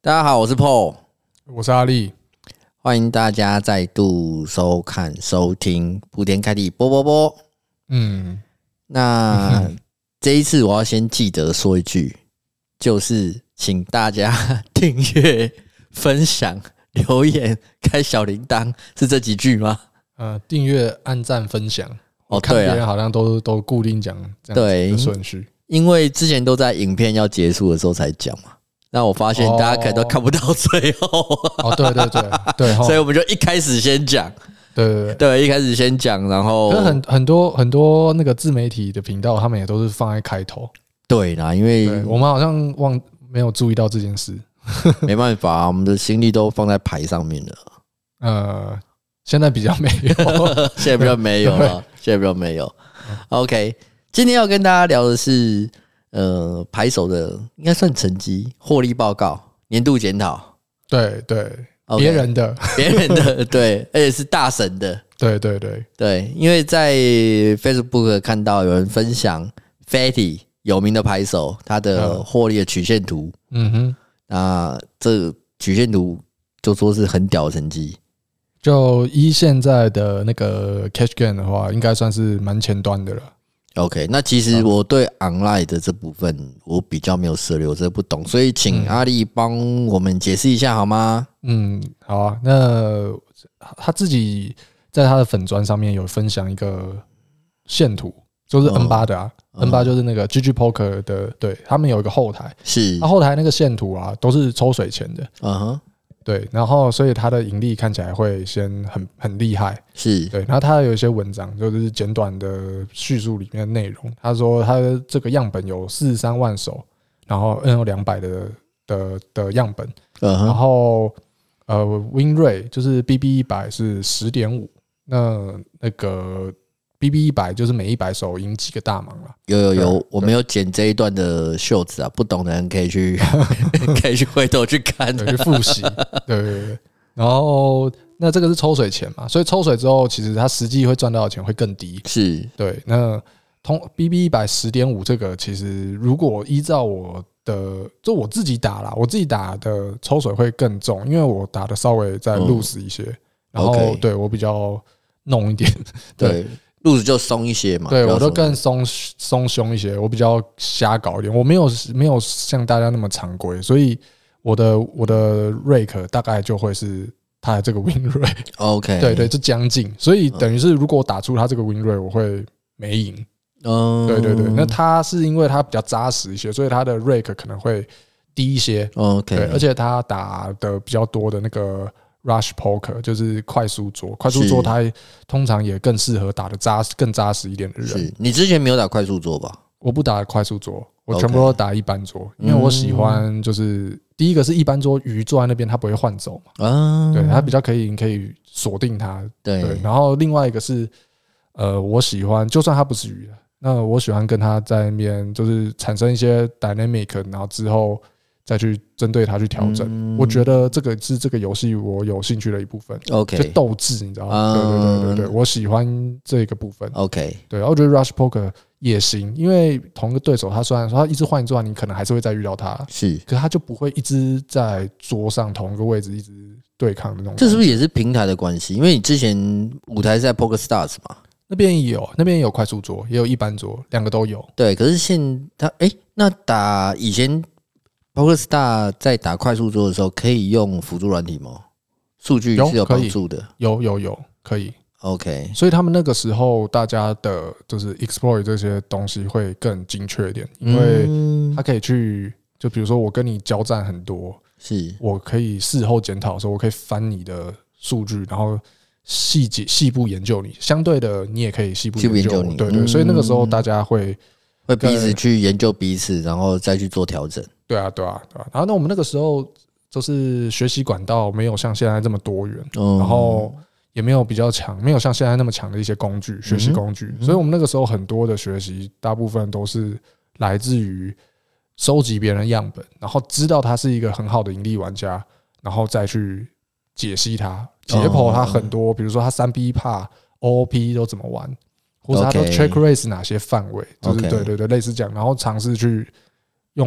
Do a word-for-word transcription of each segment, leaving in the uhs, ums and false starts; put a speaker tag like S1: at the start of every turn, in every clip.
S1: 大家好，我是 Paul，
S2: 我是阿力，
S1: 欢迎大家再度收看、收听铺天盖地波波波。嗯，那、嗯、这一次我要先记得说一句，就是请大家订阅、分享、留言、开小铃铛，是这几句吗？
S2: 呃，订阅、按赞、分享。我看别人好像都、啊、都固定讲这样子的顺序，
S1: 因为之前都在影片要结束的时候才讲嘛。那我发现大家可能都看不到最后。
S2: 哦，对对对对，
S1: 所以我们就一开始先讲。
S2: 对对 对,
S1: 对，一开始先讲，然后
S2: 可是很很多很多那个自媒体的频道，他们也都是放在开头。
S1: 对啦，因为
S2: 我们好像忘没有注意到这件事。
S1: 没办法、啊，我们的心力都放在牌上面了。
S2: 呃，现在比较没有，
S1: 现在比较没有了，现在比较没有。OK， 今天要跟大家聊的是。呃，牌手的应该算成绩、获利报告、年度检讨，
S2: 对对，别、okay, 人的，
S1: 别人的，对，而且是大神的，
S2: 对对对
S1: 对，因为在 Facebook 看到有人分享 Fatty 有名的牌手他的获利的曲线图，嗯哼，那这曲线图就说是很屌的成绩，
S2: 就依现在的那个 Cash Gain 的话，应该算是蛮前端的了。
S1: OK， 那其实我对 online 的这部分我比较没有涉猎，我真的不懂，所以请阿力帮我们解释一下好吗？
S2: 嗯，好啊。那他自己在他的粉专上面有分享一个线图，就是 N 八 的啊、哦、，N 八 就是那个 G G Poker 的，对他们有一个后台，
S1: 是
S2: 他后台那个线图啊都是抽水钱的，嗯哼。对，然后所以他的盈利看起来会先很很厉害，
S1: 是对。
S2: 然后他有一些文章就是简短的叙述里面的内容。他说他这个样本有四十三万手，然后 N O 两百 的的的样本，嗯、然后呃 win rate 就是 B B 一百 是 十点五， 那那个。B B 一百 就是每一百手赢几个大盲了。
S1: 有有有，我没有剪这一段的秀子啊，不懂的人可以去可以去回头去看，
S2: 去复习。对对对。然后那这个是抽水钱嘛，所以抽水之后，其实他实际会赚到的钱会更低。
S1: 是，
S2: 对。那通 B B 一百 十点五 这个，其实如果依照我的，就我自己打啦，我自己打的抽水会更重，因为我打的稍微再 loose 一些，嗯、然后 okay, 对我比较弄一点，对。
S1: 对路子就松一些嘛，
S2: 对我都更松松胸一些，我比较瞎搞一点，我没有没有像大家那么常规，所以我的我的 rake 大概就会是他的这个 win rate，OK， 对对，就将近，所以等于是如果我打出他这个 win rate， 我会没赢，嗯，对对对，那他是因为他比较扎实一些，所以他的 rake 可能会低一些
S1: ，OK，
S2: 对，而且他打的比较多的那个。Rush Poker 就是快速桌，快速桌它通常也更适合打的扎更扎实一点的人。
S1: 是你之前没有打快速桌吧？
S2: 我不打快速桌，我全部都打一般桌， okay, 因为我喜欢就是、嗯、第一个是一般桌鱼坐在那边，它不会换走嘛，啊，对，它比较可以可以锁定它，对, 对。然后另外一个是呃，我喜欢就算它不是鱼，那我喜欢跟它在那边就是产生一些 dynamic， 然后之后。再去针对它去调整、嗯，我觉得这个是这个游戏我有兴趣的一部分。
S1: OK，
S2: 就斗志，你知道吗？嗯、对对对对对，我喜欢这个部分。
S1: OK，
S2: 对，然后我觉得 Rush Poker 也行，因为同一个对手，他虽然说他一直换一直换，你可能还是会再遇到他，
S1: 是，
S2: 可是他就不会一直在桌上同一个位置一直对抗的那种。
S1: 这是不是也是平台的关系？因为你之前舞台是在 Poker Stars 嘛，
S2: 那边也有，那边也有快速桌，也有一般桌，两个都有。
S1: 对，可是现他哎、欸，那打以前。PokerStar 在打快速桌的时候，可以用辅助软体吗？数据是有帮助的，
S2: 有有有可以。
S1: OK，
S2: 所以他们那个时候大家的就是 exploit 这些东西会更精确一点，因为他可以去，就比如说我跟你交战很多，
S1: 是
S2: 我可以事后检讨的时候，我可以翻你的数据，然后细节细部研究你。相对的，你也可以细部研究你。对 对, 对，所以那个时候大家会
S1: 会彼此去研究彼此，然后再去做调整。
S2: 对啊，对啊，对啊。然后，那我们那个时候就是学习管道没有像现在这么多元，嗯、然后也没有比较强，没有像现在那么强的一些工具，学习工具。嗯、所以我们那个时候很多的学习，大部分都是来自于收集别人的样本，然后知道他是一个很好的盈利玩家，然后再去解析他，解剖他很多，比如说他三 B 帕 O O P 都怎么玩，或者他的 check raise 哪些范围，就是对对对，类似这样，然后尝试去用。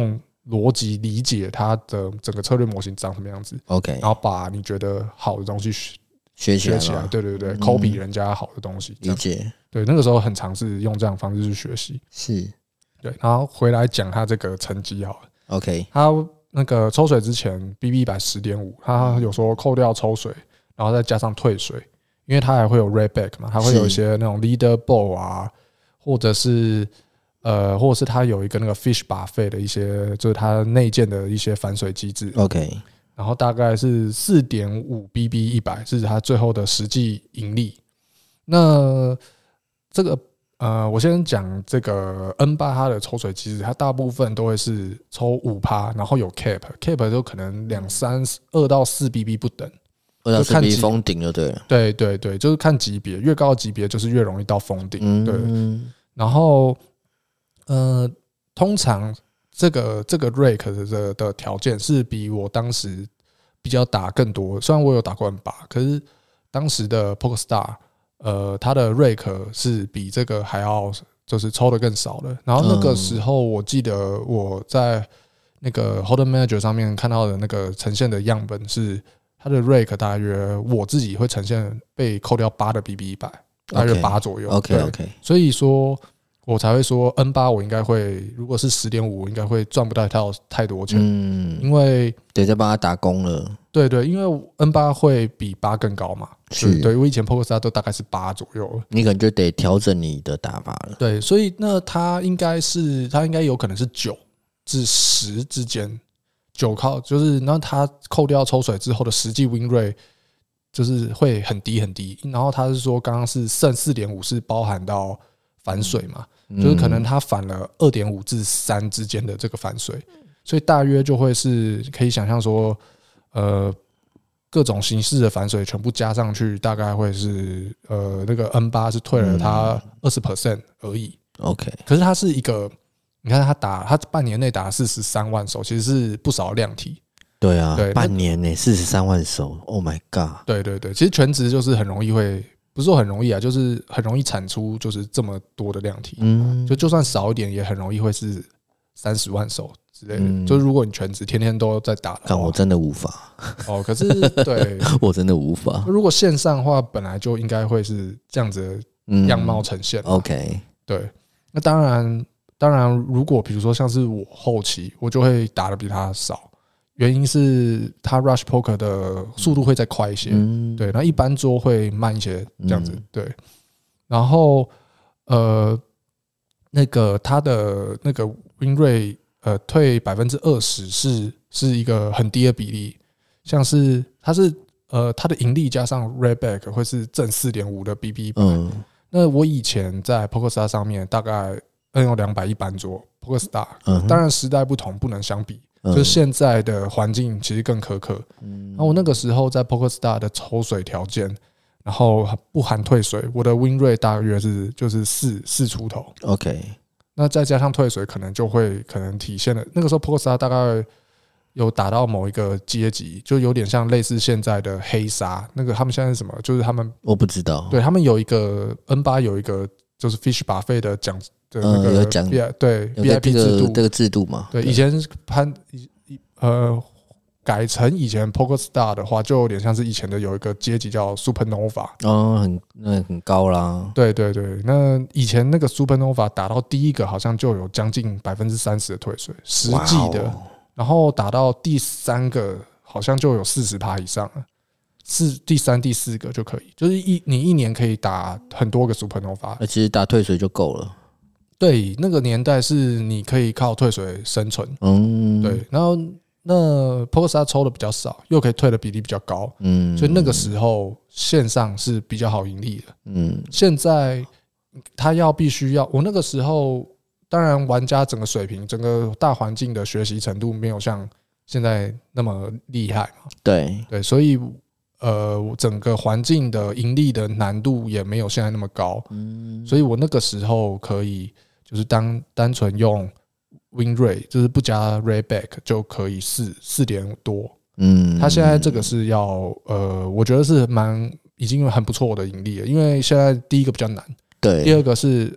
S2: 逻辑理解它的整个策略模型长什么样子
S1: ，OK，
S2: 然后把你觉得好的东西
S1: 学起来，
S2: 学起来，对对对、嗯、，copy 人家好的东西，
S1: 理解。
S2: 对，那个时候很尝试用这样的方式去学习，
S1: 是，
S2: 对，然后回来讲他这个成绩好了
S1: ，OK，
S2: 他那个抽水之前 B B 一百十点五，他有说扣掉抽水，然后再加上退水，因为他还会有 rate back 嘛，他会有一些那种 leader ball 啊，或者是呃，或者是他有一个那个 fish buffet 的一些，就是他内建的一些反水机制
S1: ，OK，
S2: 然后大概是 四点五 B B 一百 是他最后的实际盈利。那这个呃，我先讲这个 N 八 它的抽水机制，它大部分都会是抽 百分之五， 然后有 cap cap 就可能两三二到四 B B 不等，
S1: 二到四 B B 封顶就对了。
S2: 对对对，就是看级别，越高的级别就是越容易到封顶。
S1: 嗯、
S2: 对，然后呃，通常这个这个 rake 的的条件是比我当时比较打更多，虽然我有打过 N 八，可是当时的 PokerStar。呃，他的 rake 是比这个还要就是抽的更少的。然后那个时候，我记得我在那个 Hold'em Manager 上面看到的那个呈现的样本是，它的 rake 大约我自己会呈现被扣掉八的 B B 一百，大约八左右。
S1: OK OK，
S2: 所以说我才会说 N 八 我应该会，如果是 十点五 我应该会赚不到太太多钱，嗯，因为
S1: 得在帮他打工了。
S2: 对对，因为 N 八 会比八更高嘛，是对，我以前 PokerStar 都大概是八左右，
S1: 你可能就得调整你的打法了。
S2: 对，所以那它应该是，它应该有可能是九至十之间，九靠就是，然后它扣掉抽水之后的实际 win rate 就是会很低很低，然后他是说刚刚是剩 四点五 是包含到反水嘛，嗯、就是可能它反了 二点五 至三之间的这个反水，所以大约就会是可以想象说。呃，各种形式的反水全部加上去，大概会是呃那个 N 八 是退了它 百分之二十 而已。
S1: OK，
S2: 可是它是一个，你看他打他半年内打四十三万手，其实是不少量体。
S1: 对啊，对，半年内四十三万手 ，Oh my god！
S2: 对对对，其实全职就是很容易会，不是说很容易啊，就是很容易产出就是这么多的量体。嗯，就就算少一点，也很容易会是三十万手。之类的，嗯、就是如果你全职天天都在打的话，
S1: 但我真的无法
S2: 哦。可是对，
S1: 我真的无法。
S2: 如果线上的话，本来就应该会是这样子的样貌呈现、
S1: 嗯。OK，
S2: 对。那当然，当然，如果比如说像是我后期，我就会打的比他少，原因是他 Rush Poker 的速度会再快一些，嗯、对。那一般桌会慢一些，这样子，嗯、对。然后呃，那个他的那个 win rate。呃，退 百分之二十 是是一个很低的比例，像是它是呃它的盈利加上 rate back 会是正 四点五 的 B B 一百、嗯、那我以前在 PokerStar 上面大概 N O 两百一般桌 PokerStar、嗯、当然时代不同不能相比，嗯、就是现在的环境其实更苛刻。嗯，那我那个时候在 PokerStar 的抽水条件，然后不含退水，我的 win rate 大约是就是四四出头。
S1: OK。
S2: 那再加上退水，可能就会可能体现了那个时候 PokerStar 大概有打到某一个阶级，就有点像类似现在的黑鲨。那个他们现在是什么？就是他们
S1: 我不知道，
S2: 对他们有一个 N 八 有一个就是 Fish Buffet 的奖的那个奖、嗯，对 V I P 制度
S1: 这个制度嘛。
S2: 对，以前攀呃。改成以前 PokerStar 的话，就有点像是以前的有一个阶级叫 Supernova
S1: 哦，很那很高啦。
S2: 对对对，那以前那个 Supernova 打到第一个好像就有将近百分之三十的退水，实际的， wow、然后打到第三个好像就有四十趴以上了，是第三、第四个就可以，就是一你一年可以打很多个 Supernova，
S1: 而其实打退水就够了。
S2: 对，那个年代是你可以靠退水生存。嗯，对，然后。那 PokerStar 抽的比较少，又可以退的比例比较高，嗯，所以那个时候线上是比较好盈利的，嗯。现在他要必须要，我那个时候当然玩家整个水平、整个大环境的学习程度没有像现在那么厉害嘛，
S1: 对
S2: 对，所以呃，整个环境的盈利的难度也没有现在那么高，嗯，所以我那个时候可以就是当单纯用。win rate 就是不加 rate back 就可以四四点多，嗯，他现在这个是要呃，我觉得是蛮已经很不错的盈利了，因为现在第一个比较难，
S1: 对，
S2: 第二个是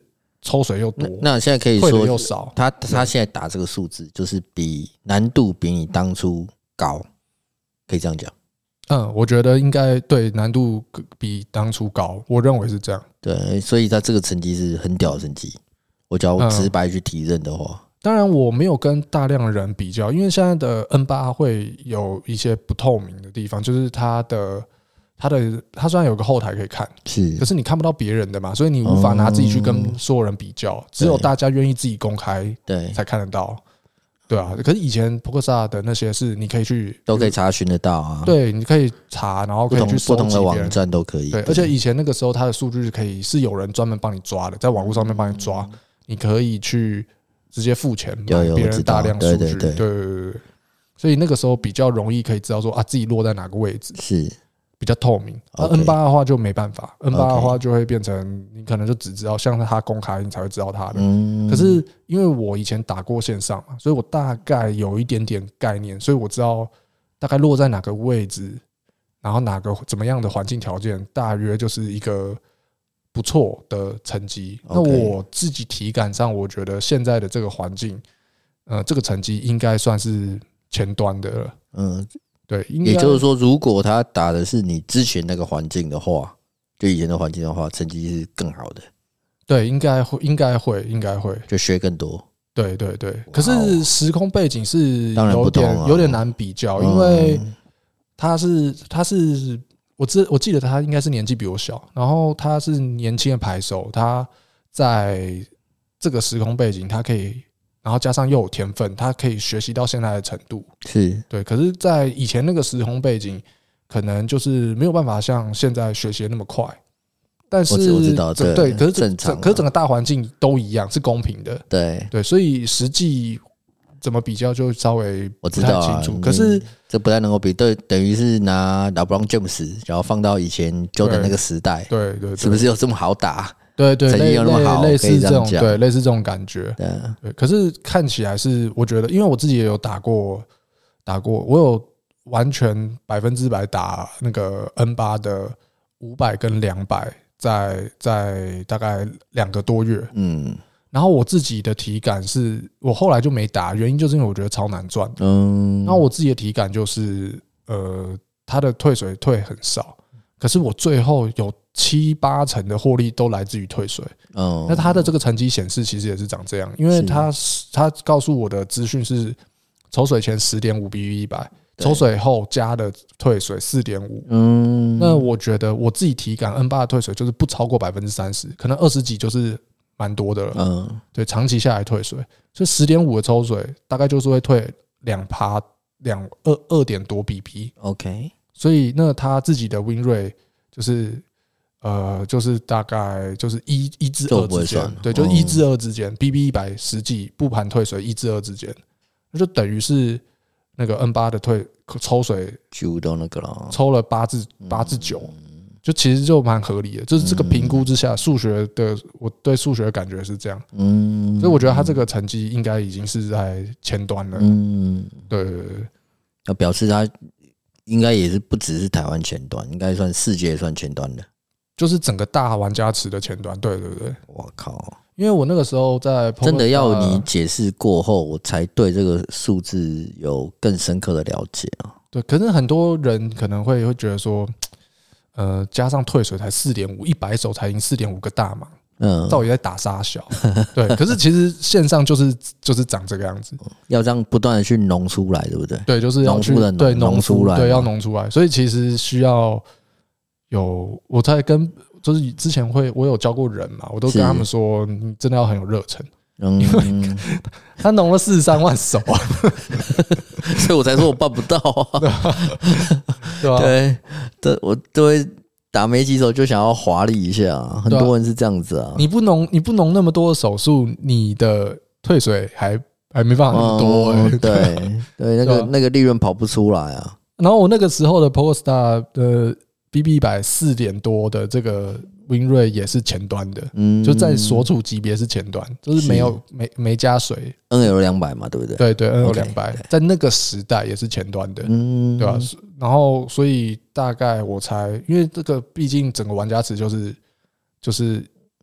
S2: 抽水又多，
S1: 那现在可以说
S2: 退的又少。
S1: 他他现在打这个数字，就是比难度比你当初高，可以这样讲。
S2: 嗯，我觉得应该对，难度比当初高，我认为是这样。
S1: 对，所以他这个成绩是很屌的成绩。我只要直白去提认的话，
S2: 嗯、当然我没有跟大量人比较，因为现在的 N 八 会有一些不透明的地方，就是它的它的它虽然有个后台可以看，
S1: 是，
S2: 可是你看不到别人的嘛，所以你无法拿自己去跟所有人比较，嗯、只有大家愿意自己公开，对，才看得到。对啊，可是以前 Pokerstars 的那些是你可以去
S1: 都可以查询得到啊。
S2: 对，你可以查，然后可以去
S1: 不同的网站都可以。
S2: 对，而且以前那个时候它的数据可以是有人专门帮你抓的，在网络上面帮你抓，嗯、你可以去直接付钱买别人大量数据。对对 对, 对, 对, 对，所以那个时候比较容易可以知道说啊自己落在哪个位置。是。比较透明，而 N 八 的话就没办法 ，N 八 的话就会变成你可能就只知道像是他公开你才会知道他的。嗯、可是因为我以前打过线上嘛，所以我大概有一点点概念，所以我知道大概落在哪个位置，然后哪个怎么样的环境条件，大约就是一个不错的成绩。那我自己体感上，我觉得现在的这个环境，呃，这个成绩应该算是前端的了。嗯。对，
S1: 也就是说，如果他打的是你之前那个环境的话，就以前的环境的话，成绩是更好的。
S2: 对，应该会，应该会，应该会，
S1: 就学更多。
S2: 对对对，可是时空背景是有点有点难比较，因为他是他是我知我记得他应该是年纪比我小，然后他是年轻的牌手，他在这个时空背景，他可以。然后加上又有天分，他可以学习到现在的程度，是对。可是，在以前那个时空背景，可能就是没有办法像现在学习那么快。但是，
S1: 我知道，对，
S2: 对，可是
S1: 正常，
S2: 可是整个大环境都一样，是公平的，对对。所以实际怎么比较，就稍微不太清楚。可是
S1: 这不太能够比，对，等于是拿 LeBron James， 然后放到以前 Jordan 那个时代，
S2: 对对，
S1: 是不是有这么好打？
S2: 对对，类类似这种，对，类似这种感觉。
S1: 对，
S2: 对。可是看起来是，我觉得，因为我自己也有打过，打过，我有完全百分之百打那个 N 八 的五百跟两百，在在大概两个多月。嗯。然后我自己的体感是，我后来就没打，原因就是因为我觉得超难赚。嗯。然后我自己的体感就是，呃，它的退水退很少。可是我最后有七八成的获利都来自于退水，哦，那他的这个成绩显示其实也是长这样，因为他他告诉我的资讯是抽水前 十点五 B B 一百，抽水后加的退水 四点五，嗯，那我觉得我自己体感 N 八 的退水就是不超过 百分之三十， 可能二十几就是蛮多的了，嗯，对，长期下来退水，所以 十点五 的抽水大概就是会退 百分之二 两 二, 二点多 B B，
S1: OK。
S2: 所以那他自己的 win rate 就是呃就是大概就是一一至二之间，对，就是一至二之间 ，B B 一百实际不盘退水一至二之间，那就等于是那个 N 八 的退抽水
S1: 九到那个了，
S2: 抽了八至八至九，就其实就蛮合理的，就是这个评估之下，数学的我对数学的感觉是这样，嗯，所以我觉得他这个成绩应该已经是在前端了，嗯，对对对，
S1: 那表示他。应该也是不只是台湾前端，应该算世界算前端的，
S2: 就是整个大玩家池的前端。对对对，
S1: 我靠！
S2: 因为我那个时候在
S1: 真的要你解释过后，我才对这个数字有更深刻的了解啊。
S2: 对，可是很多人可能会会觉得说，呃，加上退水才 四点五， 一百手才赢 四点五 个大盲。嗯，到底在打杀小？对，可是其实线上就是就是长这个样子，
S1: 要这样不断的去浓出来，对不对？
S2: 对，就是要去对浓出来，对，要浓出来。所以其实需要有，我在跟就是之前会我有教过人嘛，我都跟他们说，你真的要很有热忱，因为他浓了四十三万手啊，
S1: 所以我才说我办不到啊，
S2: 对吧？
S1: 对，对，我都会。打没几手就想要华丽一下，很多人是这样子啊。
S2: 你不浓，你不浓那么多的手数，你的退水还还没办法那么多、欸
S1: 哦。对对，那个那个利润跑不出来啊。
S2: 然后我那个时候的 Pokerstar 的 B B 一百四点多的这个 win rate 也是前端的，嗯，就在所处级别是前端，就是没有没没加水
S1: ，N L 两百嘛，对不对？
S2: 对对 ，N L 两百在那个时代也是前端的，嗯，对吧？然后所以大概我猜，因为这个毕竟整个玩家池就是就是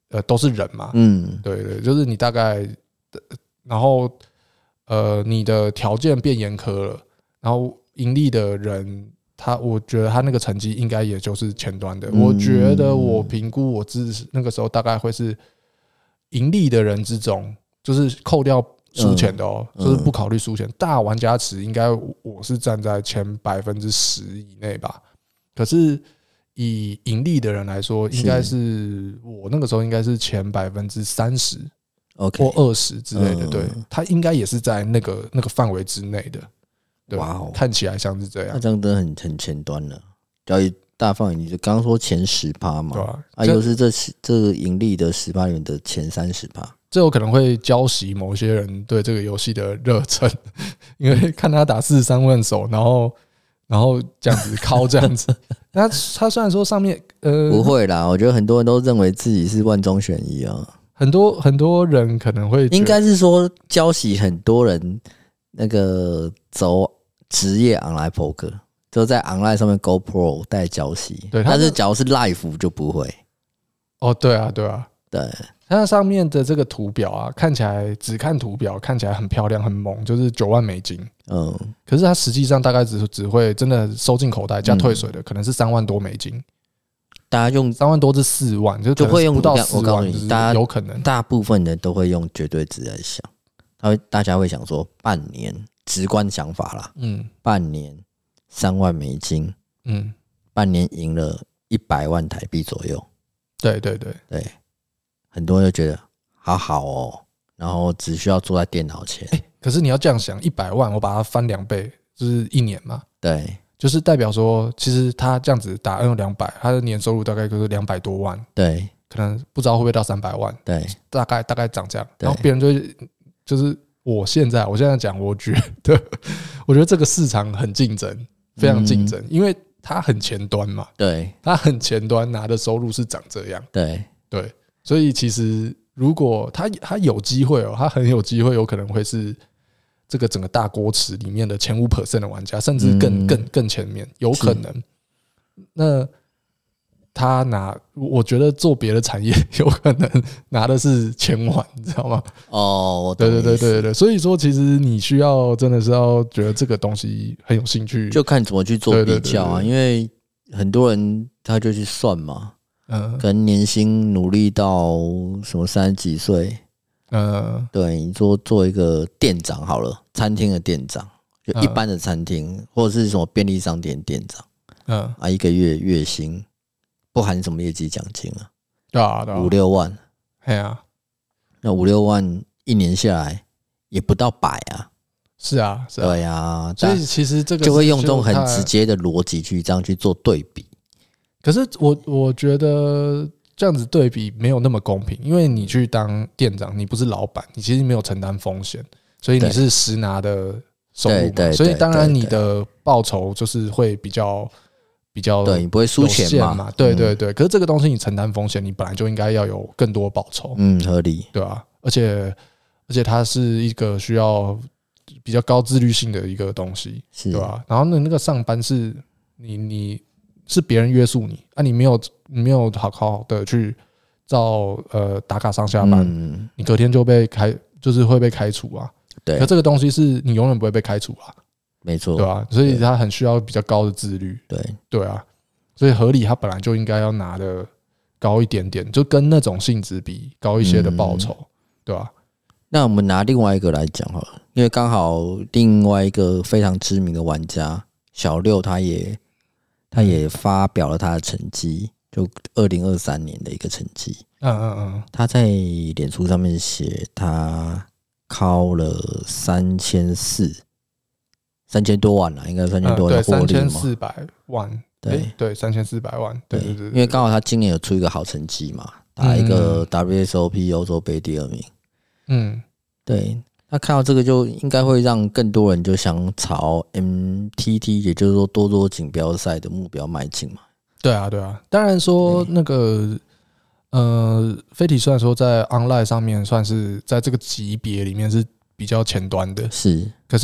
S2: 呃都是人嘛，
S1: 嗯，
S2: 对对，就是你大概，然后呃你的条件变严苛了，然后盈利的人，他我觉得他那个成绩应该也就是前端的。嗯、我觉得我评估我自那个时候大概会是盈利的人之中，就是扣掉输钱的哦，嗯、就是不考虑输钱，大玩家池应该我是站在前百分之十以内吧。可是以盈利的人来说，应该是我那个时候应该是前百分之三十或二十之类的，对，他应该也是在那个那个范围之内的。对，哇，看起来像是这样。
S1: 那这样真的很很前端了。交易大范围，你就刚刚说前十趴嘛，对啊，啊又是这这个盈利的十趴里面的前三十趴，
S2: 这有可能会浇熄某些人对这个游戏的热忱，因为看他打四十三万手，然后。然后这样子靠这样子，那他虽然说上面呃
S1: 不会啦，我觉得很多人都认为自己是万中选一啊，
S2: 很多很多人可能会
S1: 应该是说教习很多人那个走职业 online poker， 就在 online 上面 go pro 带教习，对，但是假如是 live 就不会。
S2: 哦，对啊，对啊，
S1: 对。
S2: 它上面的这个图表啊，看起来只看图表看起来很漂亮很猛，就是九万美金。嗯，可是它实际上大概只只会真的收进口袋加退水的，嗯、可能是三万多美金。
S1: 大家用
S2: 三万多至四万，就
S1: 就会用
S2: 不到四万，
S1: 你大家
S2: 有可能
S1: 大部分人都会用绝对值来想，他会大家会想说半年直观想法啦，嗯，半年三万美金，嗯，半年赢了一百万台币左右。
S2: 对对对
S1: 对。很多人就觉得好好哦，然后只需要坐在电脑前。
S2: 欸、可是你要这样想，一百万我把它翻两倍，就是一年嘛。
S1: 对，
S2: 就是代表说，其实他这样子打 N 两百，他的年收入大概就是两百多万。
S1: 对，
S2: 可能不知道会不会到三百万。
S1: 对，
S2: 大概大概长这样。然后别人就会就是我现在我现在讲，我觉得我觉得这个市场很竞争，非常竞争，嗯、因为它很前端嘛。
S1: 对，
S2: 它很前端拿的收入是长这样。
S1: 对
S2: 对。所以其实，如果他他有机会哦，他很有机会，有可能会是这个整个大锅池里面的前五 percent 的玩家，甚至更更更前面，有可能。那他拿，我觉得做别的产业有可能拿的是千万，你知道吗？
S1: 哦，
S2: 对对对对对，所以说其实你需要真的是要觉得这个东西很有兴趣，
S1: 就看怎么去做比较啊，因为很多人他就去算嘛。嗯，可能年薪努力到什么三十几岁，嗯，对，你做做一个店长好了，餐厅的店长，就一般的餐厅、嗯、或者是什么便利商店店长，嗯啊，一个月月薪不含什么业绩奖金啊，
S2: 对啊，对啊，
S1: 五六万，
S2: 对啊，
S1: 那五六万一年下来也不到百啊，
S2: 是啊，是啊，
S1: 对啊，
S2: 所以其实这个
S1: 就会用这种很直接的逻辑去这样去做对比。
S2: 可是我我觉得这样子对比没有那么公平，因为你去当店长，你不是老板，你其实没有承担风险，所以你是实拿的收入嘛，所以当然你的报酬就是会比较比较
S1: 对，你不会输钱嘛，
S2: 对对对。可是这个东西你承担风险，你本来就应该要有更多报酬，
S1: 嗯，合理，
S2: 对吧？而且而且它是一个需要比较高自律性的一个东西，对吧？然后呢，那个上班是你你。是别人约束你啊，你没有你没有好好的去照呃打卡上下班，嗯、你隔天就被开，就是会被开除啊。
S1: 对，
S2: 可这个东西是你永远不会被开除啊，
S1: 没错，
S2: 对吧、啊？所以他很需要比较高的自律。
S1: 对，
S2: 对啊，所以合理他本来就应该要拿的高一点点，就跟那种性质比高一些的报酬，嗯、对吧、啊？
S1: 那我们拿另外一个来讲好了，因为刚好另外一个非常知名的玩家小六，他也。他也发表了他的成绩，就二零二三年的一个成绩。嗯嗯嗯，他在脸书上面写他考了三千四，三千多万啦，应该三千多万的获利嘛。
S2: 对，三千四百万。对对，三千四百万。对对对，
S1: 因为刚好他今年有出一个好成绩嘛，打一个 W S O P 欧洲杯第二名。嗯，对。那看到这个就应该会让更多人就想朝 M T T， 也就是说多多锦标赛的目标迈进嘛。
S2: 对啊，对啊。当然说那个呃，飞体虽然说在 online 上面算是在这个级别里面是比较前端的，
S1: 是。
S2: 可是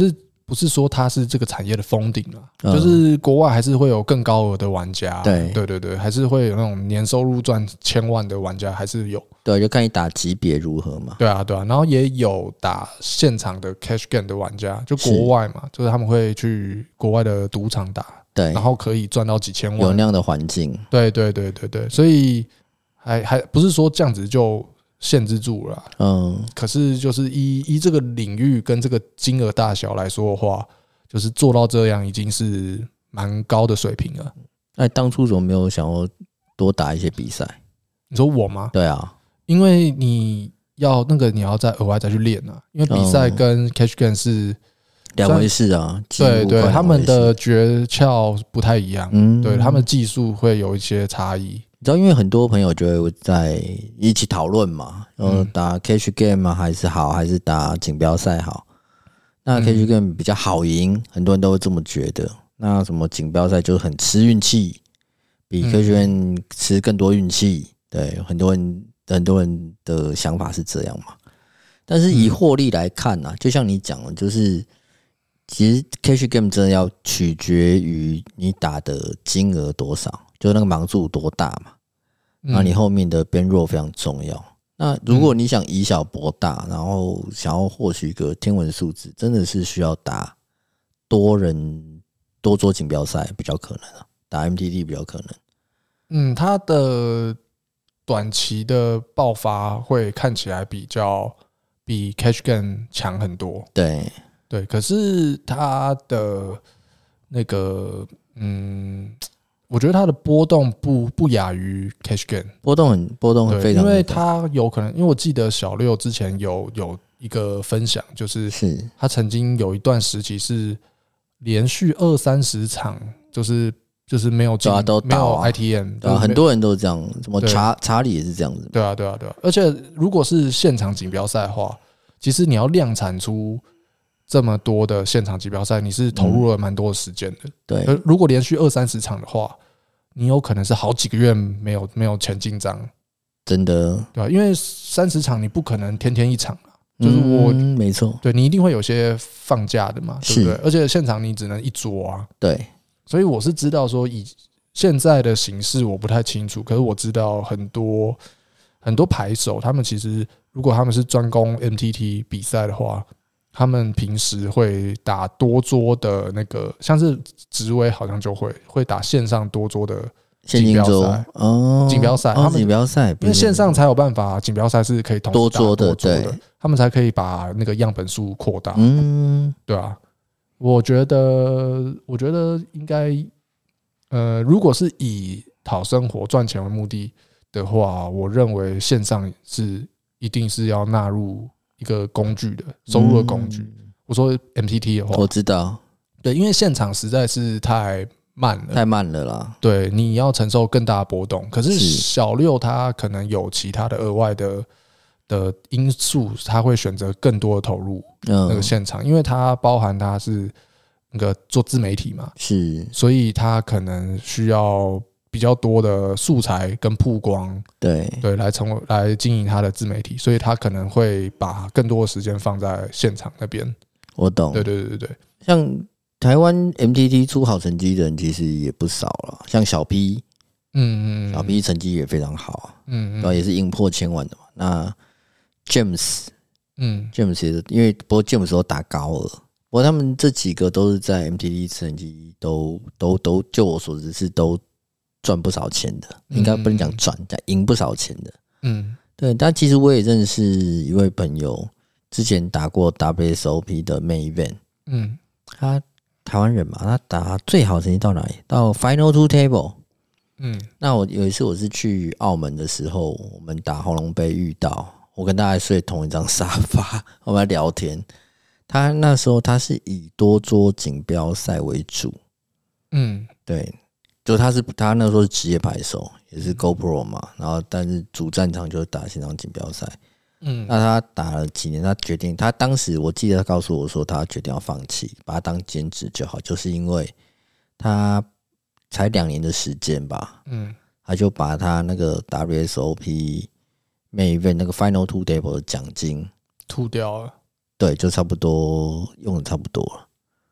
S2: 不是说它是这个产业的封顶了，嗯、就是国外还是会有更高额的玩家，
S1: 对
S2: 对对对，还是会有那种年收入赚千万的玩家，还是有。
S1: 对，就看你打级别如何嘛。
S2: 对啊，对啊，然后也有打现场的 cash game 的玩家，就国外嘛，就是他们会去国外的赌场打，
S1: 对，
S2: 然后可以赚到几千万，
S1: 有那样的环境。
S2: 对对对对对，所以还还不是说这样子就限制住了，嗯，可是就是依依这个领域跟这个金额大小来说的话，就是做到这样已经是蛮高的水平了。
S1: 那当初怎么没有想要多打一些比赛？
S2: 你说我吗？
S1: 对啊，
S2: 因为你要那个你要再额外再去练啊，因为比赛跟 cash game 是
S1: 两回事啊，
S2: 对对，他们的诀窍不太一样，嗯，对，他们技术会有一些差异。
S1: 你知道，因为很多朋友就会在一起讨论嘛，呃，打 cash game 还是好，还是打锦标赛好？那 cash game 比较好赢，很多人都会这么觉得。那什么锦标赛就很吃运气，比 cash game 吃更多运气。对，很多人很多人的想法是这样嘛。但是以获利来看啊，就像你讲的，就是其实 cash game 真的要取决于你打的金额多少。就那个盲注多大嘛，那你后面的边弱非常重要。那如果你想以小博大，然后想要获取一个天文数字，真的是需要打多人多做锦标赛比较可能啊，打 M T T 比较可能。
S2: 嗯，它的短期的爆发会看起来比较比 cash game 强很多。
S1: 对
S2: 对，可是它的那个嗯。我觉得它的波动不不亚于 cash game，
S1: 波动很波动很非常，
S2: 因为它有可能，因为我记得小六之前有有一个分享，就是他曾经有一段时期是连续二三十场，就是就是没有进、啊、
S1: 都
S2: 没有 I T M，
S1: 对、啊，很多人都这样，什么查查理也是这样子，
S2: 对啊对啊对啊，而且如果是现场锦标赛的话，其实你要量产出这么多的现场锦标赛，你是投入了蛮多的时间的。
S1: 对，
S2: 而如果连续二三十场的话，你有可能是好几个月没有没有钱进账，
S1: 真的，
S2: 对吧？因为三十场你不可能天天一场啊，就是我，
S1: 嗯、没错，
S2: 对你一定会有些放假的嘛，对不对？而且现场你只能一桌啊，
S1: 对，
S2: 所以我是知道说以现在的形式我不太清楚，可是我知道很多很多牌手，他们其实如果他们是专攻 M T T 比赛的话。他们平时会打多桌的那个，像是职位好像就会会打线上多桌的锦标赛哦，锦标赛，他们
S1: 锦标赛，
S2: 因为线上才有办法，锦标赛是可以同时打多桌的，对，他们才可以把那个样本数扩大，嗯，对啊，我觉得，我觉得应该，呃，如果是以讨生活赚钱为目的的话，我认为线上是一定是要纳入。一个工具的收入的工具，嗯、我说 M T T 的话，
S1: 我知道，
S2: 对，因为现场实在是太慢了，
S1: 太慢了啦。
S2: 对，你要承受更大的波动。可是小六他可能有其他的额外的的因素，他会选择更多的投入那个现场，嗯、因为它包含他是那个做自媒体嘛，
S1: 是，
S2: 所以他可能需要。比较多的素材跟曝光，
S1: 对
S2: 对，来成来经营他的自媒体，所以他可能会把更多的时间放在现场那边。
S1: 我懂，
S2: 对对对对，
S1: 像台湾 M T T 出好成绩的人其实也不少了，像小 P， 嗯嗯，小 P 成绩也非常好，嗯嗯，也是赢破千万的嘛。那 James， 嗯 ，James 也是，因为不过 James 都打高额，不过他们这几个都是在 M T T 成绩都都都，就我所知是都。赚不少钱的，应该不能讲赚，但赢不少钱的。嗯，对。但其实我也认识一位朋友，之前打过 W S O P 的 Main Event。嗯，他台湾人嘛，他打最好成绩到哪里？到 Final Two Table。嗯，那我有一次我是去澳门的时候，我们打红龙杯遇到，我跟大家睡同一张沙发，我们来聊天。他那时候他是以多桌锦标赛为主。嗯，对。就他是他那时候是职业牌手，也是 GoPro 嘛，然后但是主战场就是打线上锦标赛。嗯，那他打了几年，他决定，他当时我记得他告诉我说，他决定要放弃，把它当兼职就好，就是因为他才两年的时间吧，嗯，他就把他那个 W S O P Main Event 那个 Final Two Table 的奖金
S2: 吐掉了，
S1: 对，就差不多用的差不多了。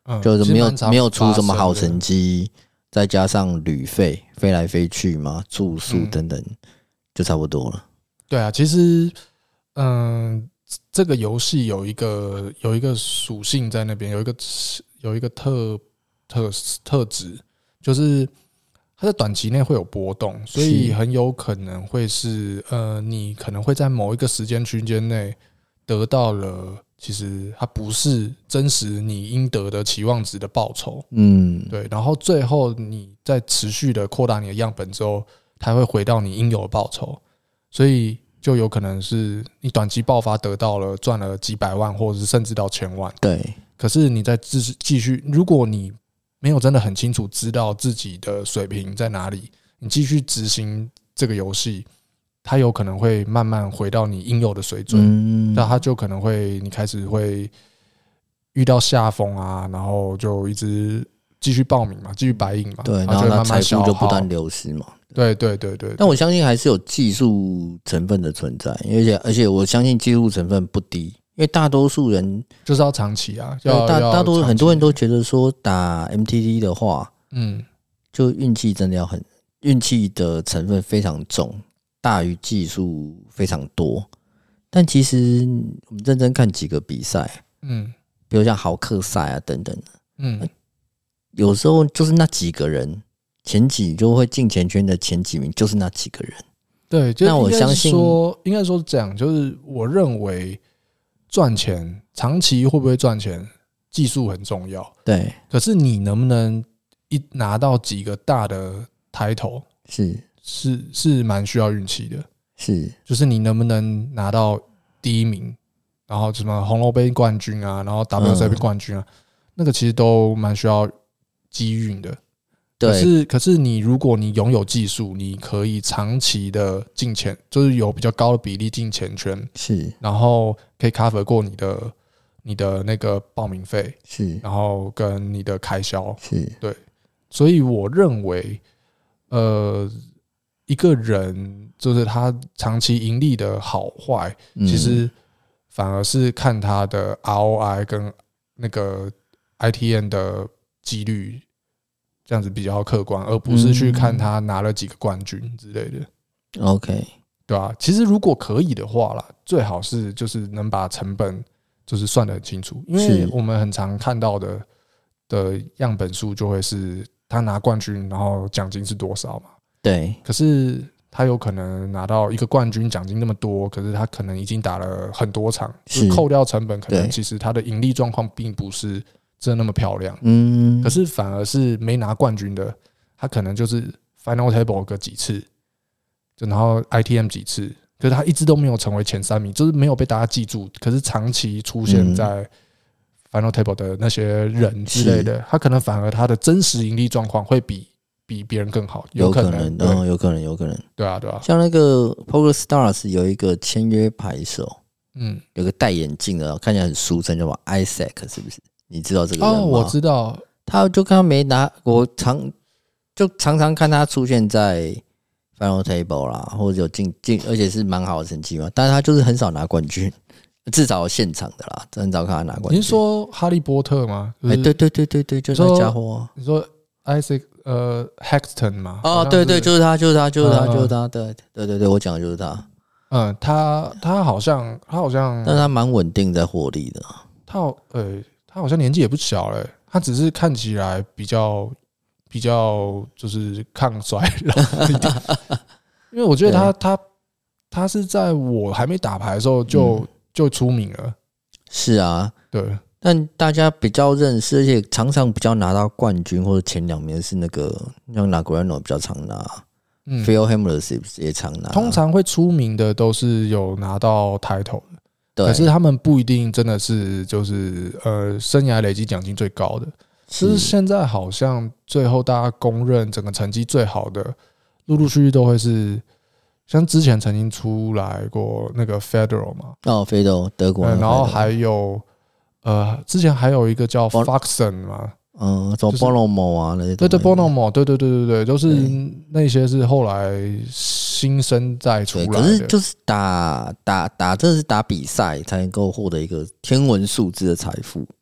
S1: 嗯、就是没有没有出什么好成绩，再加上旅费飞来飞去嘛，住宿等等，嗯、就差不多了。
S2: 对啊，其实嗯，这个游戏有一个有一个属性在那边，有一个有一个特特特质，就是它在短期内会有波动，所以很有可能会是呃，你可能会在某一个时间区间内得到了，其实它不是真实你应得的期望值的报酬，嗯，对，然后最后你在持续的扩大你的样本之后，它会回到你应有的报酬，所以就有可能是你短期爆发得到了赚了几百万，或者是甚至到千万，
S1: 对，
S2: 可是你在继续，如果你没有真的很清楚知道自己的水平在哪里，你继续执行这个游戏，它有可能会慢慢回到你应有的水准，那、嗯、它就可能会你开始会遇到下风啊，然后就一直继续报名嘛，继续白银嘛，
S1: 对，然后它财富就不断流失嘛。
S2: 对对对 对, 对，
S1: 但我相信还是有技术成分的存在，而且而且我相信技术成分不低。因为大多数人
S2: 就是要长期啊，要
S1: 大大多很多人都觉得说打 M T T 的话，嗯，就运气真的要很运气的成分非常重，大于技术非常多。但其实我们认真看几个比赛，嗯，比如像豪克赛啊等等的，嗯，有时候就是那几个人前几就会进前圈的前几名，就是那几个人。
S2: 对，就那我相信说应该说是这样，就是我认为。赚钱长期会不会赚钱，技术很重要。
S1: 对，
S2: 可是你能不能一拿到几个大的title，
S1: 是
S2: 是是蛮需要运气的。
S1: 是，
S2: 就是你能不能拿到第一名，然后什么红楼杯冠军啊，然后 W C B 冠军啊，嗯、那个其实都蛮需要机运的。可是，可是你如果你拥有技术，你可以长期的进前，就是有比较高的比例进前圈，
S1: 是，
S2: 然后可以 cover 过你的你的那个报名费，
S1: 是，
S2: 然后跟你的开销，
S1: 是，
S2: 对，所以我认为，呃，一个人就是他长期盈利的好坏，嗯、其实反而是看他的 R O I 跟那个 I T M 的几率。这样子比较客观，而不是去看他拿了几个冠军之类的。
S1: OK，
S2: 对吧、啊？其实如果可以的话啦，最好是就是能把成本就是算得很清楚，因为我们很常看到的的样本数就会是他拿冠军，然后奖金是多少嘛？
S1: 对。
S2: 可是他有可能拿到一个冠军奖金那么多，可是他可能已经打了很多场，就是扣掉成本，可能其实他的盈利状况并不是。真的那么漂亮，嗯，可是反而是没拿冠军的，他可能就是 Final Table 个几次，就然后 I T M 几次，可是他一直都没有成为前三名，就是没有被大家记住。可是长期出现在 Final Table 的那些人之类的，他可能反而他的真实盈利状况会比比别人更好，有可能，
S1: 嗯，有可能，有可能，
S2: 对啊，对啊。
S1: 像那个 Poker Stars 有一个签约牌手，嗯，有个戴眼镜的，看起来很俗称，叫什么 Isaac 是不是？你知道这个人吗？
S2: 哦，我知道。
S1: 他就看他没拿，我常就常常看他出现在 Final Table 啦，或者有进进，而且是蛮好的成绩嘛。但是他就是很少拿冠军，至少现场的啦，很少看他拿冠军。
S2: 你是说哈利波特吗？
S1: 哎、就是欸，对对对对对，就是那家伙、啊。
S2: 你说 Isaac 呃 Hexton 吗？
S1: 哦，对对，就是他，就是他，就是他，就是他，对对对对，我讲的就是他。
S2: 嗯，他他好像他好像，
S1: 但他蛮稳定在获利的。
S2: 他呃。他好像年纪也不小了、欸，他只是看起来比较比较就是抗衰老一点，因为我觉得他他他是在我还没打牌的时候就、嗯、就出名了。是
S1: 啊，
S2: 对。
S1: 但大家比较认识，而且常常比较拿到冠军或者前两名是那个像 Negreanu 比较常拿、嗯、，Phil Hellmuth 也常拿。
S2: 通常会出名的都是有拿到 title 的。可是他们不一定真的是就是呃生涯累积奖金最高的，就是现在好像最后大家公认整个成绩最好的，陆陆续续都会是像之前曾经出来过那个 Federer 嘛，
S1: 哦 Federer 德国人，
S2: 然后还有呃之前还有一个叫 Foxen 嘛，
S1: 嗯，什么 Bonomo 啊那些，
S2: 对对 Bonomo， 对对对对对，就是那些是后来新生再出来的。
S1: 可是就是打打打，这是打比赛才能够获得一个天文数字的财富。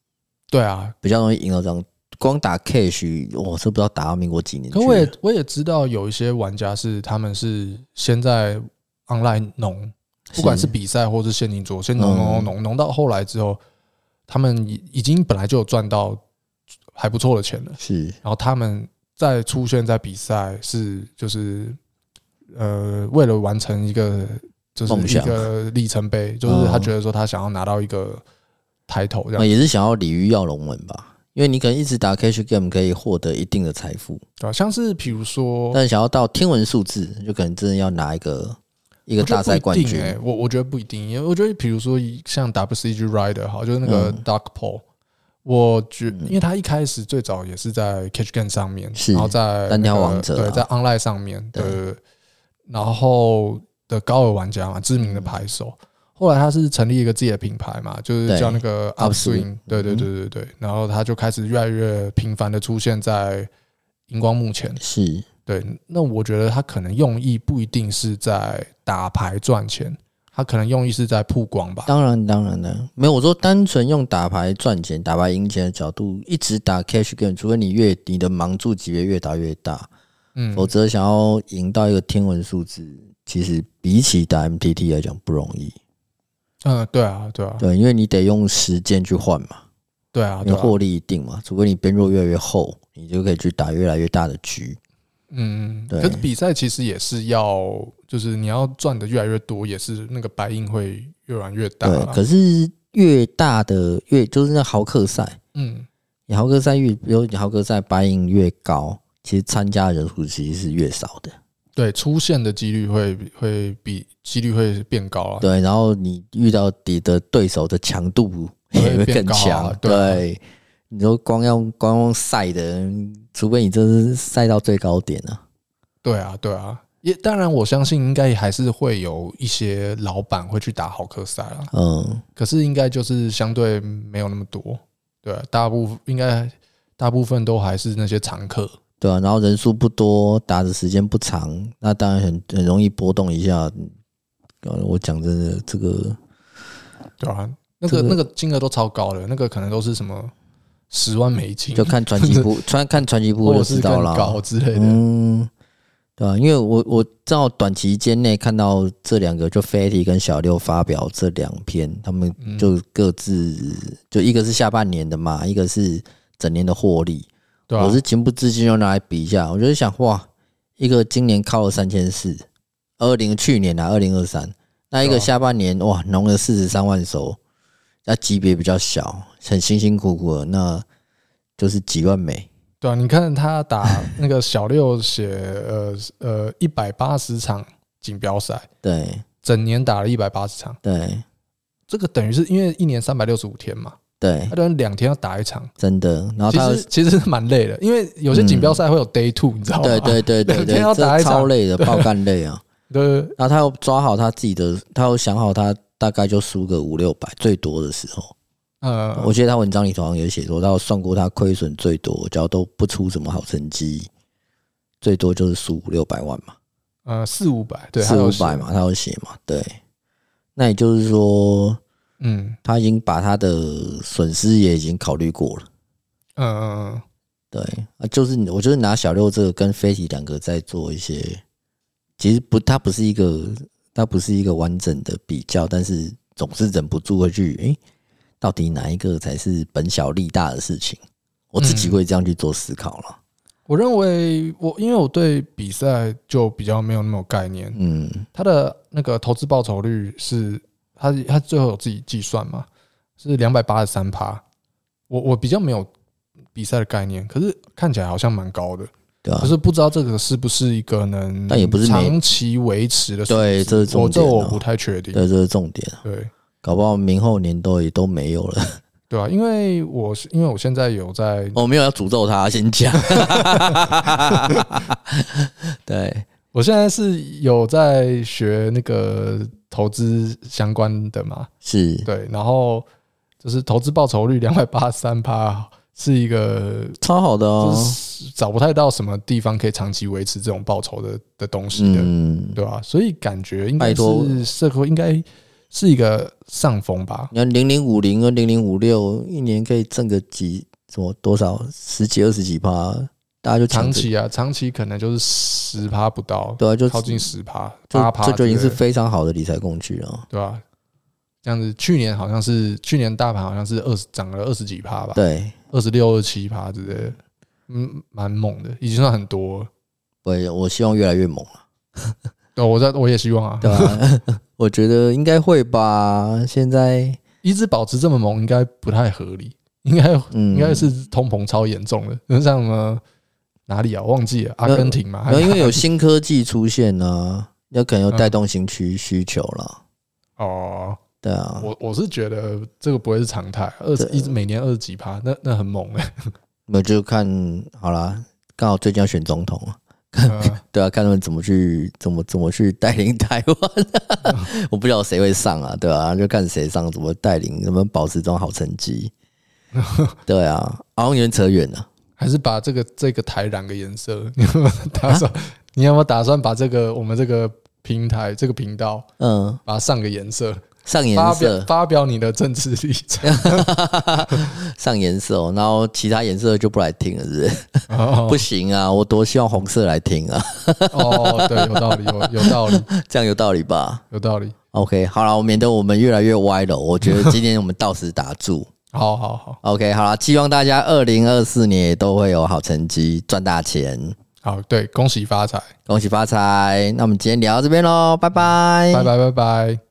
S2: 对啊，
S1: 比较容易赢到这样。光打 cash， 我这不知道打到民国几年去。
S2: 可我也我也知道有一些玩家是他们是先在 online 农，不管是比赛或是限定桌，先农农农农到后来之后，他们已经本来就有赚到还不错的钱了，
S1: 是，
S2: 然后他们再出现在比赛是就是呃为了完成一个就是一个里程碑，就是他觉得说他想要拿到一个title，这样
S1: 也是想要鲤鱼跃龙门吧。因为你可能一直打 cash game 可以获得一定的财富，
S2: 对啊，像是比如说，
S1: 但想要到天文数字，就可能真的要拿一个一个大赛冠军。
S2: 欸、我我觉得不一定，因为我觉得比如说像 W C G Rider 好，就是那个 Dark Paul，、嗯、我觉因为他一开始最早也是在 cash game 上面，然后在
S1: 单挑王者、啊，
S2: 对，在 online 上面的，然后的高额玩家嘛，知名的牌手。后来他是成立一个自己的品牌嘛，就是叫那个 Upswing， 对对对对对，然后他就开始越来越频繁的出现在荧光幕前，
S1: 是
S2: 对。那我觉得他可能用意不一定是在打牌赚钱，他可能用意是在曝光吧。
S1: 当然当然了，没有我说单纯用打牌赚钱、打牌赢钱的角度，一直打 cash game， 除非你越你的盲注级别越打越大，嗯，否则想要赢到一个天文数字，其实比起打 M T T 来讲不容易。
S2: 嗯，对啊，对啊，
S1: 对，因为你得用时间去换嘛，
S2: 对啊，
S1: 你获利一定嘛，除非你边弱越来越厚，你就可以去打越来越大的局。
S2: 嗯，对。可是比赛其实也是要，就是你要赚的越来越多，也是那个白印会越玩越大。
S1: 对，可是越大的越就是那豪客赛，嗯，你豪客赛越，比如你豪客赛白印越高，其实参加的人数其实是越少的。
S2: 对，出现的几率会会比几率会变高啊。
S1: 对，然后你遇到你的对手的强度也会更强、啊。对，对，你说光用光用赛的，除非你这是赛到最高点啊。
S2: 对啊，对啊，也当然我相信应该还是会有一些老板会去打豪客赛啊。嗯，可是应该就是相对没有那么多。对、啊，大部分应该大部分都还是那些常客。
S1: 对啊，然后人数不多，打的时间不长，那当然很很容易波动一下。我讲真的，这个
S2: 对啊，那个、这个、那个金额都超高了，那个可能都是什么十万美金，
S1: 就看传奇部，看传奇部就知道了，
S2: 高之类的。
S1: 嗯，对啊，因为我我正好短期间内看到这两个，就 Fatty 跟小六发表这两篇，他们就各自、嗯、就一个是下半年的嘛，一个是整年的获利。啊、我是情不自禁就拿来比一下，我就想哇，一个今年靠了三千四，二零去年啊，二零二三，那一个下半年哇，农了四十三万手，那级别比较小，很辛辛苦苦的，那就是几万美。
S2: 对啊，你看他打那个小六写呃呃一百八十场锦标赛，
S1: 对，
S2: 整年打了一百八十场，
S1: 对，
S2: 这个等于是因为一年三百六十五天嘛。
S1: 对，
S2: 他等于两天要打一场，
S1: 真的。然后他
S2: 其实其实蛮累的，因为有些锦标赛会有 day two，、嗯、你知道吗？
S1: 对对对对对，要打一场超累的，爆干累啊。
S2: 对，
S1: 然后他又抓好他自己的，他又想好他大概就输个五六百，最多的时候。嗯，我记得他文章里头好像有写说，他有算过他亏损最多，只要都不出什么好成绩，最多就是输五六百万嘛。
S2: 呃，四五百，对，
S1: 四五百嘛，他有写嘛，对。那也就是说。嗯，他已经把他的损失也已经考虑过了。嗯嗯嗯，对啊，就是我就是拿小六这个跟飞体两个在做一些，其实不，它不是一个，它不是一个完整的比较，但是总是忍不住会去，哎、欸，到底哪一个才是本小利大的事情？我自己会这样去做思考了。
S2: 我认为我因为我对比赛就比较没有那么有概念，嗯，他的那个投资报酬率是。他他最后有自己计算嘛，是两百八十三趴。我我比较没有比赛的概念，可是看起来好像蛮高的。对啊，可是不知道这个是不是一个能但也不是长期维持的数字。
S1: 对，这是重点、
S2: 哦。这我不太确定。
S1: 对，这是重点。
S2: 对，
S1: 搞不好明后年都也都没有了。
S2: 对啊，因为我因为我现在有在，
S1: 我、哦、没有要诅咒他，先讲。对，
S2: 我现在是有在学那个。投资相关的嘛，
S1: 是
S2: 对，然后就是投资报酬率两百八十三趴，是一个
S1: 超好的哦，
S2: 就是找不太到什么地方可以长期维持这种报酬的的东西的，嗯，对吧、啊？所以感觉应该是社会应该是一个上风吧。
S1: 你看零零五零跟零零五六，一年可以挣个几什么多少十几二十几趴，大家就
S2: 长期啊，长期可能就是十趴不到，
S1: 对啊，就
S2: 靠近十趴八趴，
S1: 这就已经是非常好的理财工具了，
S2: 对吧、啊？这样子，去年好像是去年大盘好像是二十涨了二十几趴吧，
S1: 对，
S2: 二十六、二十七趴之类的，嗯，蛮猛的，已经算很多了。
S1: 我我希望越来越猛啊。
S2: 对，我在我也希望啊，
S1: 对啊，我觉得应该会吧。现在
S2: 一直保持这么猛，应该不太合理，应该、嗯、应该是通膨超严重的。像什么哪里啊？忘记了，阿根廷嘛？
S1: 因为有新科技出现呢、啊，有可能有带动新区需求了。
S2: 哦，
S1: 对啊，
S2: 我我是觉得这个不会是常态，二十一每年二十几趴，那那很猛哎、欸。
S1: 那就看好啦，刚好最近要选总统啊。对啊，看他们怎么去怎么怎么去带领台湾、啊，我不知道谁会上啊，对啊，就看谁上，怎么带领，怎么保持这种好成绩。对啊，好像有点扯远了。
S2: 还是把这个这个台染个颜色？你有没有打算？啊、你有没有打算把这个我们这个平台这个频道，嗯，把它上个颜色？
S1: 上颜色，
S2: 发表, 发表你的政治立场。
S1: 上颜色哦，然后其他颜色就不来听了，是不是？哦、不行啊，我多希望红色来听啊！
S2: 哦，对，有道理，有有道理，
S1: 这样有道理吧？
S2: 有道理。
S1: OK， 好了，免得我们越来越歪了。我觉得今天我们到此打住。
S2: 好好好
S1: ，OK， 好了，希望大家二零二四年也都会有好成绩，赚大钱。
S2: 好，对，恭喜发财，
S1: 恭喜发财。那我们今天聊到这边喽，拜拜，
S2: 拜拜，拜拜。